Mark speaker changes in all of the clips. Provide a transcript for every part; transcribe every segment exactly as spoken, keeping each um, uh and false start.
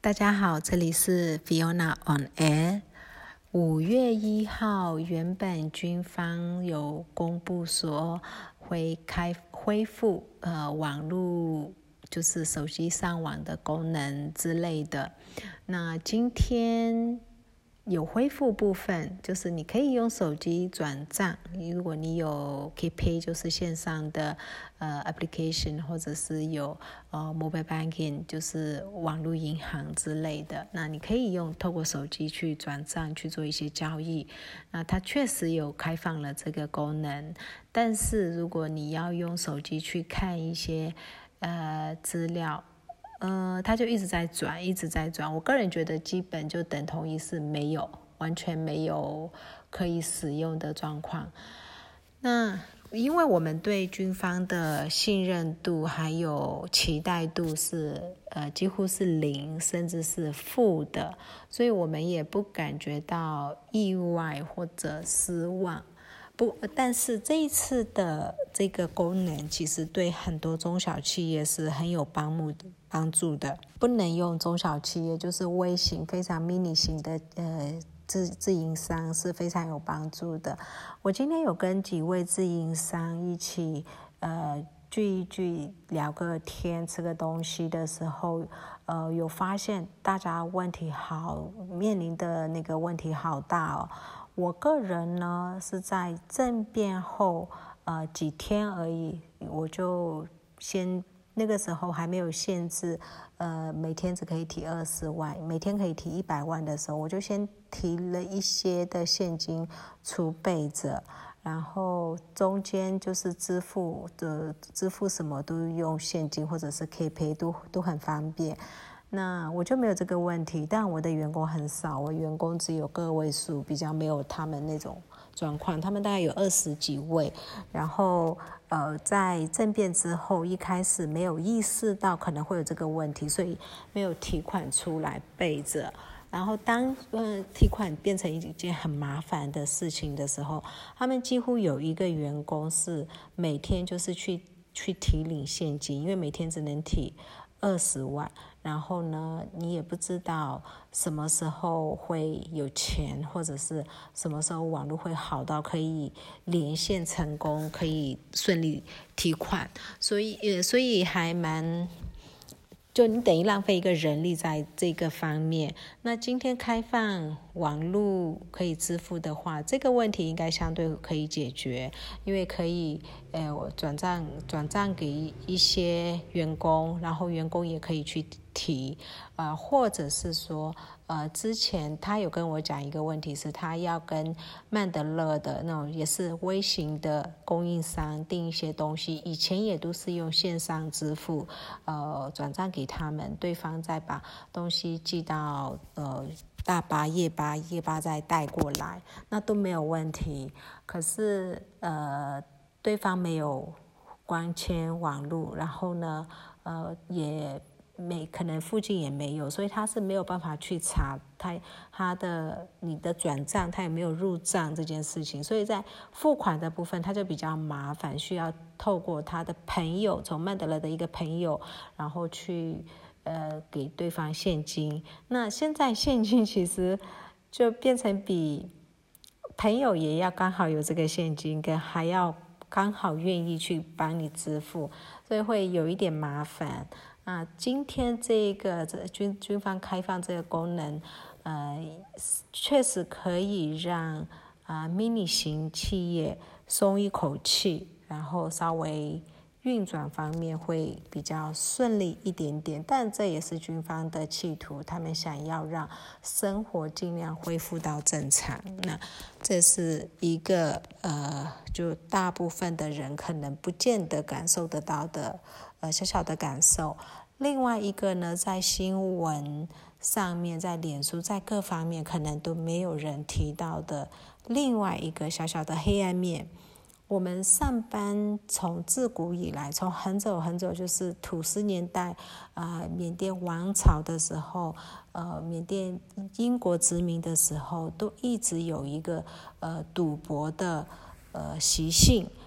Speaker 1: 大家好，这里是 Fiona on Air。五月一号，原本军方有公布说会开恢复呃网络，就是手机上网的功能之类的。那今天有恢复部分，就是你可以用手机转账，如果你有 KPay 就是线上的呃 application， 或者是有呃 mobile banking 就是网络银行之类的，那你可以用透过手机去转账去做一些交易。那它确实有开放了这个功能，但是如果你要用手机去看一些呃资料，呃，它就一直在转，一直在转。我个人觉得基本就等同于是没有，完全没有可以使用的状况。那因为我们对军方的信任度还有期待度是呃几乎是零，甚至是负的，所以我们也不感觉到意外或者失望。不，但是这一次的这个功能其实对很多中小企业是很有帮助的帮助的。不能用中小企业，就是微型非常 mini 型的呃自自营商是非常有帮助的。我今天有跟几位自营商一起呃聚一聚，聊个天，吃个东西的时候，呃，有发现大家问题好面临的那个问题好大哦。我个人呢是在政变后呃几天而已，我就先那个时候还没有限制，呃每天只可以提二十万，每天可以提一百万的时候，我就先提了一些的现金储备着，然后中间就是支付的支付什么都用现金或者是 KPay 都都很方便。那我就没有这个问题，但我的员工很少，我员工只有个位数，比较没有他们那种状况，他们大概有二十几位，然后呃，在政变之后，一开始没有意识到可能会有这个问题，所以没有提款出来备着。然后当呃提款变成一件很麻烦的事情的时候，他们几乎有一个员工是每天就是去去提领现金，因为每天只能提二十万，然后呢，你也不知道什么时候会有钱，或者是什么时候网络会好到可以连线成功，可以顺利提款，所以呃，所以还蛮。就你等于浪费一个人力在这个方面。那今天开放网络可以支付的话，这个问题应该相对可以解决，因为可以呃转账转账给一些员工，然后员工也可以去提，呃，或者是说呃之前他有跟我讲一个问题是，他要跟曼德勒的那种也是微型的供应商订一些东西，以前也都是用线上支付，呃转账给他们，对方再把东西寄到呃大巴夜巴夜巴再带过来，那都没有问题。可是呃对方没有光纤网络，然后呢呃也没可能附近也没有，所以他是没有办法去查他他的你的转账他有没有入账这件事情，所以在付款的部分他就比较麻烦，需要透过他的朋友，从曼德勒的一个朋友，然后去呃给对方现金。那现在现金其实就变成比朋友也要刚好有这个现金，跟还要刚好愿意去帮你支付，所以会有一点麻烦。啊，今天这个军军方开放这个功能，呃，确实可以让啊 mini 型企业松一口气，然后稍微运转方面会比较顺利一点点。但这也是军方的企图，他们想要让生活尽量恢复到正常。那这是一个呃，就大部分的人可能不见得感受得到的。呃，小小的感受。另外一个呢，在新闻上面，在脸书，在各方面可能都没有人提到的另外一个小小的黑暗面。我们上班从自古以来，从很久很久，就是土司年代，呃，缅甸王朝的时候，呃，缅甸英国殖民的时候，都一直有一个呃赌博的呃习性。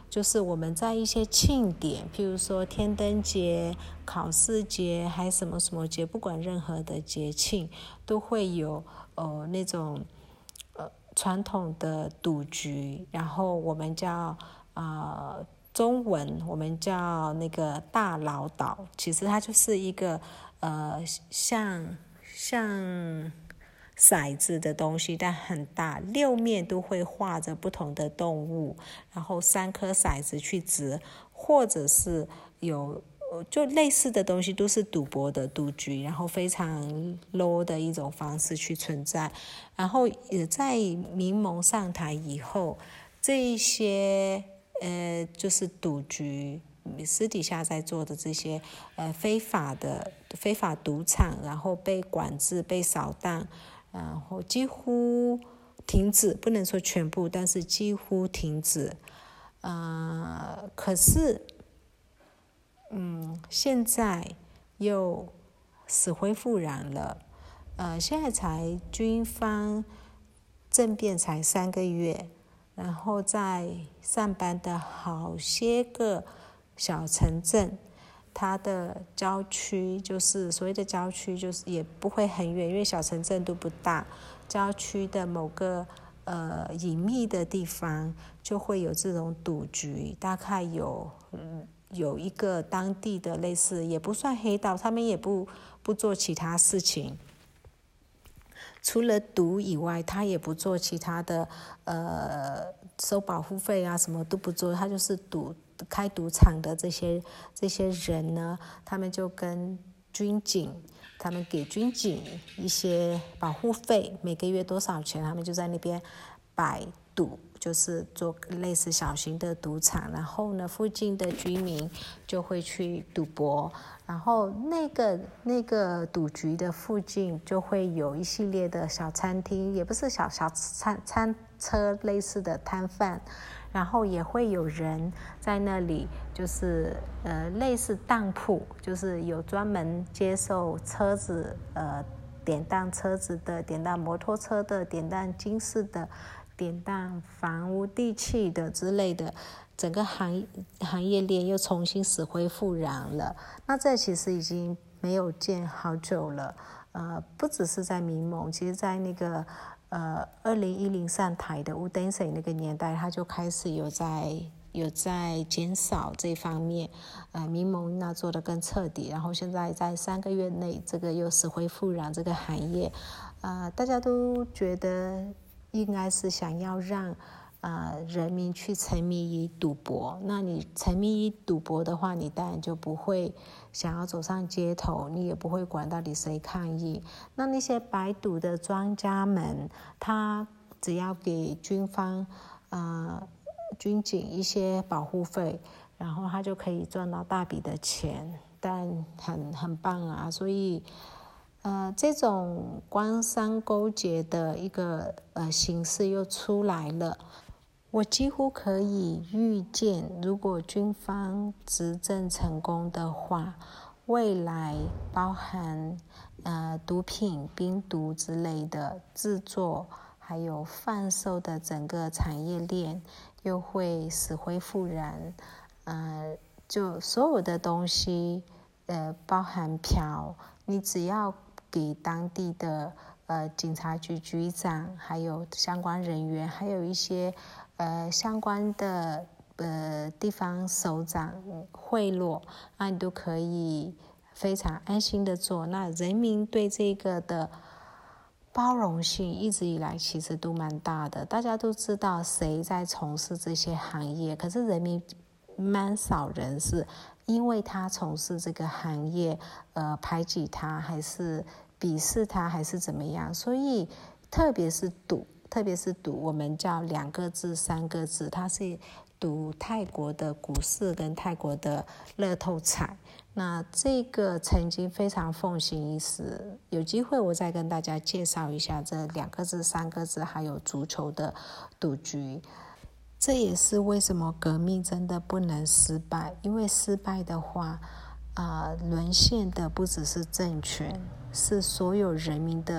Speaker 1: 就是我们在一些庆典，譬如说天灯节、考试节，还什么什么节，不管任何的节庆，都会有呃那种呃传统的赌局，然后我们叫呃中文我们叫那个大老岛，其实它就是一个呃像像骰子的东西，但很大，六面都会画着不同的动物，然后三颗骰子去掷，或者是有就类似的东西，都是赌博的赌局，然后非常 low 的一种方式去存在。然后也在民盟上台以后，这一些呃就是赌局私底下在做的这些呃非法的非法赌场，然后被管制、被扫荡，然后几乎停止，不能说全部，但是几乎停止。呃，可是，嗯，现在又死灰复燃了。呃，现在才军方政变才三个月，然后在上班的好些个小城镇，它的郊区就是所谓的郊区，就是也不会很远，因为小城镇都不大。郊区的某个呃隐秘的地方，就会有这种赌局，大概有嗯有一个当地的类似，也不算黑道，他们也不不做其他事情。除了赌以外，他也不做其他的，呃，收保护费啊，什么都不做，他就是赌开赌场的这些这些人呢，他们就跟军警，他们给军警一些保护费，每个月多少钱，他们就在那边摆赌，就是做类似小型的赌场，然后呢，附近的居民就会去赌博。然后那个那个赌局的附近就会有一系列的小餐厅，也不是小小餐餐车类似的摊贩，然后也会有人在那里，就是呃类似当铺，就是有专门接受车子呃典当车子的、典当摩托车的、典当金饰的、典当房屋地契的之类的。整个行行业链又重新死灰复燃了，那这其实已经没有见好久了。呃，不只是在民盟，其实在那个呃二零一零上台的乌登水那个年代，他就开始有在有在减少这方面，呃，民盟那做得更彻底，然后现在在三个月内，这个又死灰复燃这个行业，呃，大家都觉得应该是想要让。呃，人民去沉迷于赌博，那你沉迷于赌博的话，你当然就不会想要走上街头，你也不会管到底谁抗议。那那些白赌的庄家们，他只要给军方、呃军警一些保护费，然后他就可以赚到大笔的钱，但很很棒啊，所以。呃，这种官商勾结的一个呃形式又出来了。我几乎可以预见，如果军方执政成功的话，未来包含呃毒品、冰毒之类的制作，还有贩售的整个产业链又会死灰复燃。呃，就所有的东西，呃，包含嫖，你只要给当地的呃警察局局长，还有相关人员，还有一些呃相关的呃地方首长贿赂，那你都可以非常安心的做。那人民对这个的包容性一直以来其实都蛮大的，大家都知道谁在从事这些行业，可是人民蛮少人是因为他从事这个行业呃排挤他，还是鄙视他，还是怎么样，所以特别是赌特别是赌我们叫两个字三个字，它是赌泰国的股市跟泰国的乐透彩。那这个曾经非常风行一时，有机会我再跟大家介绍一下这两个字三个字还有足球的赌局。这也是为什么革命真的不能失败，因为失败的话呃，沦陷的不只是政权，是所有人民的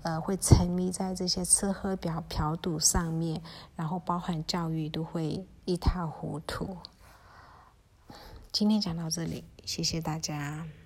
Speaker 1: 呃会沉迷在这些吃喝嫖嫖赌上面，然后包含教育都会一塌糊涂。今天讲到这里，谢谢大家。